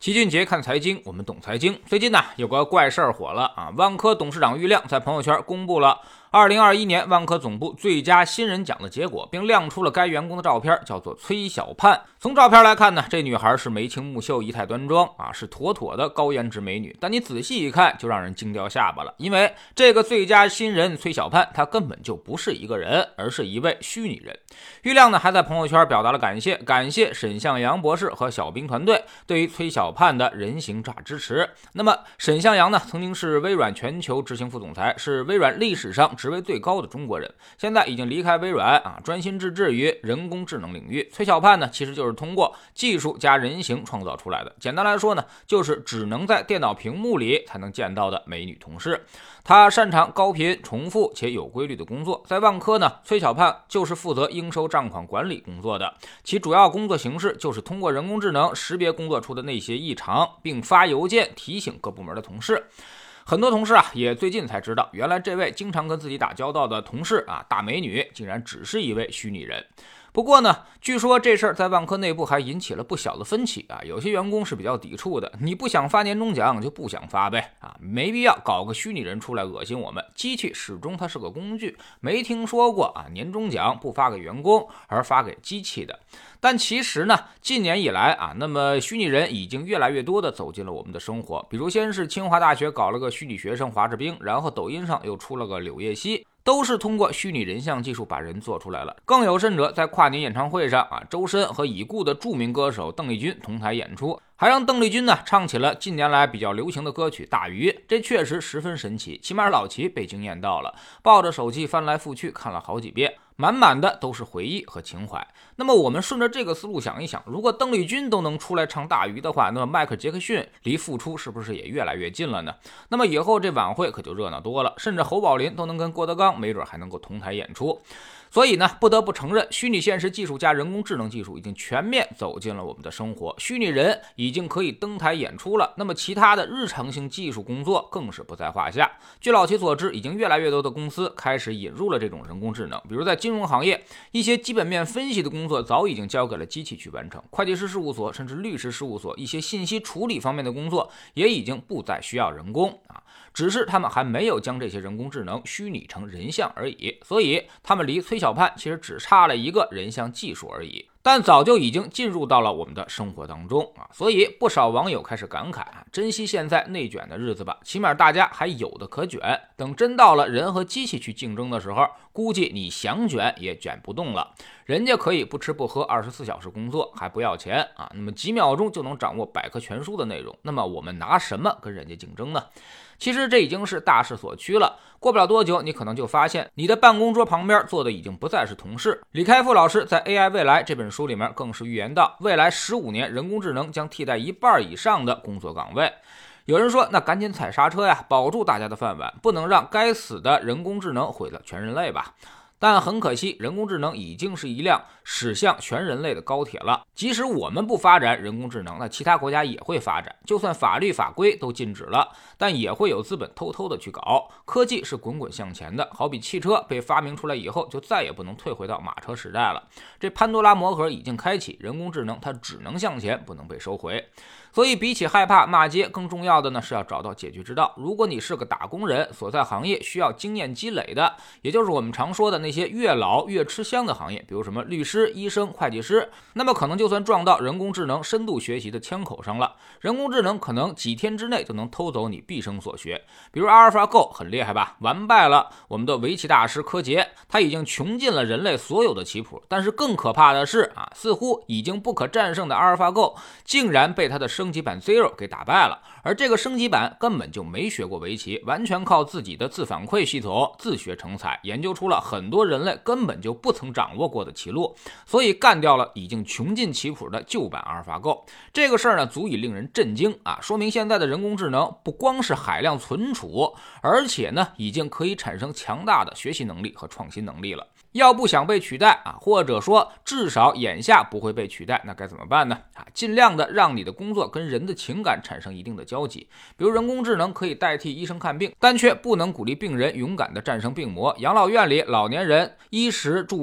齐俊杰看财经，我们懂财经。最近呢，有个怪事儿火了啊！万科董事长郁亮在朋友圈公布了2021年万科总部最佳新人奖的结果，并亮出了该员工的照片，叫做崔小盼。从照片来看呢，这女孩是眉清目秀、仪态端庄啊，是妥妥的高颜值美女。但你仔细一看，就让人惊掉下巴了，因为这个最佳新人崔小盼，她根本就不是一个人，而是一位虚拟人。郁亮呢还在朋友圈表达了感谢沈向阳博士和小兵团队对于崔小盼的人形炸支持。那么沈向阳呢，曾经是微软全球执行副总裁，是微软历史上职位最高的中国人，现在已经离开微软啊，专心致志于人工智能领域。崔小盼呢，其实就是通过技术加人形创造出来的。简单来说呢，就是只能在电脑屏幕里才能见到的美女同事。她擅长高频、重复且有规律的工作。在万科呢，崔小盼就是负责应收账款管理工作的，其主要工作形式就是通过人工智能识别工作出的那些异常，并发邮件提醒各部门的同事。很多同事啊，也最近才知道，原来这位经常跟自己打交道的同事啊，大美女竟然只是一位虚拟人。不过呢，据说这事儿在万科内部还引起了不小的分歧啊，有些员工是比较抵触的，你不想发年终奖就不想发呗啊，没必要搞个虚拟人出来恶心我们。机器始终它是个工具，没听说过啊年终奖不发给员工而发给机器的。但其实呢，近年以来啊，那么虚拟人已经越来越多的走进了我们的生活。比如先是清华大学搞了个虚拟学生华志斌，然后抖音上又出了个柳叶熙，都是通过虚拟人像技术把人做出来了。更有甚者，在跨年演唱会上啊，周深和已故的著名歌手邓丽君同台演出，还让邓丽君呢唱起了近年来比较流行的歌曲《大鱼》，这确实十分神奇，起码老齐被惊艳到了，抱着手机翻来覆去看了好几遍，满满的都是回忆和情怀。那么我们顺着这个思路想一想，如果邓丽君都能出来唱《大鱼》的话，那么迈克尔·杰克逊离复出是不是也越来越近了呢？那么以后这晚会可就热闹多了，甚至侯宝林都能跟郭德纲没准还能够同台演出。所以呢，不得不承认，虚拟现实技术加人工智能技术已经全面走进了我们的生活，虚拟人已经可以登台演出了，那么其他的日常性技术工作更是不在话下。据老齐所知，已经越来越多的公司开始引入了这种人工智能，比如在金融行业，一些基本面分析的工作早已经交给了机器去完成，会计师事务所甚至律师事务所一些信息处理方面的工作也已经不再需要人工啊，只是他们还没有将这些人工智能虚拟成人像而已，所以他们离崔小盼其实只差了一个人像技术而已，但早就已经进入到了我们的生活当中啊！所以不少网友开始感慨啊，珍惜现在内卷的日子吧，起码大家还有的可卷，等真到了人和机器去竞争的时候，估计你想卷也卷不动了。人家可以不吃不喝24小时工作还不要钱啊，那么几秒钟就能掌握百科全书的内容，那么我们拿什么跟人家竞争呢？其实这已经是大势所趋了，过不了多久你可能就发现你的办公桌旁边坐的已经不再是同事。李开复老师在 AI 未来这本书里面更是预言到，未来15年人工智能将替代一半以上的工作岗位。有人说那赶紧踩刹车呀，保住大家的饭碗，不能让该死的人工智能毁了全人类吧。但很可惜，人工智能已经是一辆驶向全人类的高铁了。即使我们不发展人工智能，那其他国家也会发展。就算法律法规都禁止了，但也会有资本偷偷的去搞。科技是滚滚向前的，好比汽车被发明出来以后，就再也不能退回到马车时代了。这潘多拉魔盒已经开启，人工智能它只能向前，不能被收回。所以比起害怕骂街，更重要的呢是要找到解决之道。如果你是个打工人，所在行业需要经验积累的，也就是我们常说的那些越老越吃香的行业，比如什么律师、医生、会计师，那么可能就算撞到人工智能深度学习的枪口上了，人工智能可能几天之内就能偷走你毕生所学。比如 AlphaGo 很厉害吧，完败了我们的围棋大师柯洁，他已经穷尽了人类所有的棋谱。但是更可怕的是啊，似乎已经不可战胜的 AlphaGo 竟然被他的升级版 Zero 给打败了，而这个升级版根本就没学过围棋，完全靠自己的自反馈系统自学成才，研究出了很多人类根本就不曾掌握过的棋路，所以干掉了已经穷尽棋谱的旧版阿尔法狗。这个事儿呢，足以令人震惊啊！说明现在的人工智能不光是海量存储，而且呢，已经可以产生强大的学习能力和创新能力了。要不想被取代啊，或者说至少眼下不会被取代，那该怎么办呢？尽量的让你的工作跟人的情感产生一定的交集。比如人工智能可以代替医生看病，但却不能鼓励病人勇敢的战胜病魔。养老院里老年人衣食住行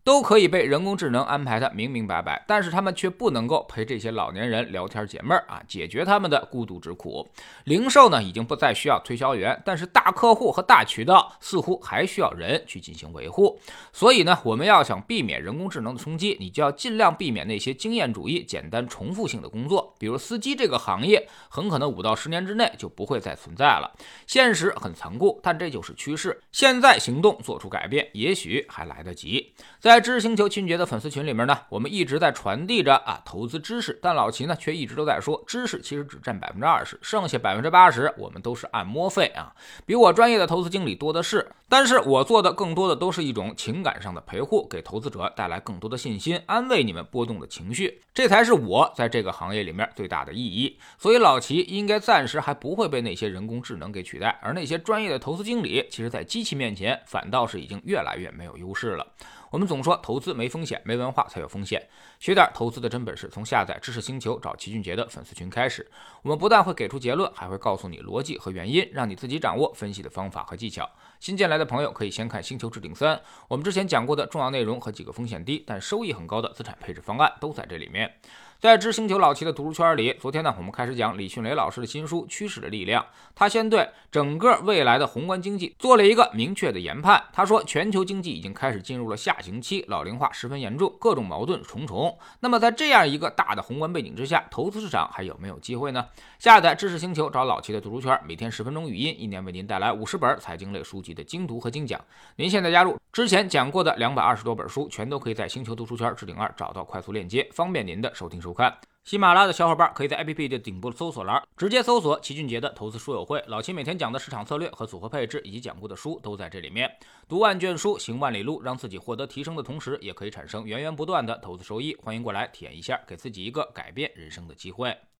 都可以被人工智能安排的明明白白，但是他们却不能够陪这些老年人聊天解闷啊，解决他们的孤独之苦。零售呢已经不再需要推销员，但是大客户和大渠道似乎还需要人去进行维护。所以呢，我们要想避免人工智能的冲击，你就要尽量避免那些经验主义、简单重复性的工作，比如司机这个行业很可能5到10年之内就不会再存在了。现实很残酷，但这就是趋势。现在行动做出改变，也许还来得及。在知识星球秦杰的粉丝群里面呢，我们一直在传递着投资知识，但老齐呢却一直都在说，知识其实只占20%，剩下80%我们都是按摩费啊，比我专业的投资经理多的是。但是我做的更多的都是一种情感上的陪护，给投资者带来更多的信心，安慰你们波动的情绪，这才是我在这个行业里面最大的意义。所以老齐应该暂时还不会被那些人工智能给取代，而那些专业的投资经理，其实在机器面前反倒是已经越来越没有优势了。我们总说投资没风险，没文化才有风险。学点投资的真本事，从下载知识星球找齐俊杰的粉丝群开始。我们不但会给出结论，还会告诉你逻辑和原因，让你自己掌握分析的方法和技巧。新进来的朋友可以先看《星球置顶3》，我们之前讲过的重要内容和几个风险低但收益很高的资产配置方案都在这里面。在知星球老齐的读书圈里，昨天呢，我们开始讲李迅雷老师的新书《趋势的力量》。他先对整个未来的宏观经济做了一个明确的研判。他说，全球经济已经开始进入了下行期，老龄化十分严重，各种矛盾重重。那么在这样一个大的宏观背景之下，投资市场还有没有机会呢？下载知识星球，找老齐的读书圈，每天10分钟语音，一年为您带来50本财经类书籍的精读和精讲。您现在加入，之前讲过的220多本书，全都可以在星球读书圈置顶2找到快速链接，方便您的收听收看。喜马拉雅的小伙伴可以在 APP 的顶部的搜索栏直接搜索齐俊杰的投资书友会，老齐每天讲的市场策略和组合配置以及讲过的书都在这里面。读万卷书，行万里路，让自己获得提升的同时，也可以产生源源不断的投资收益。欢迎过来体验一下，给自己一个改变人生的机会。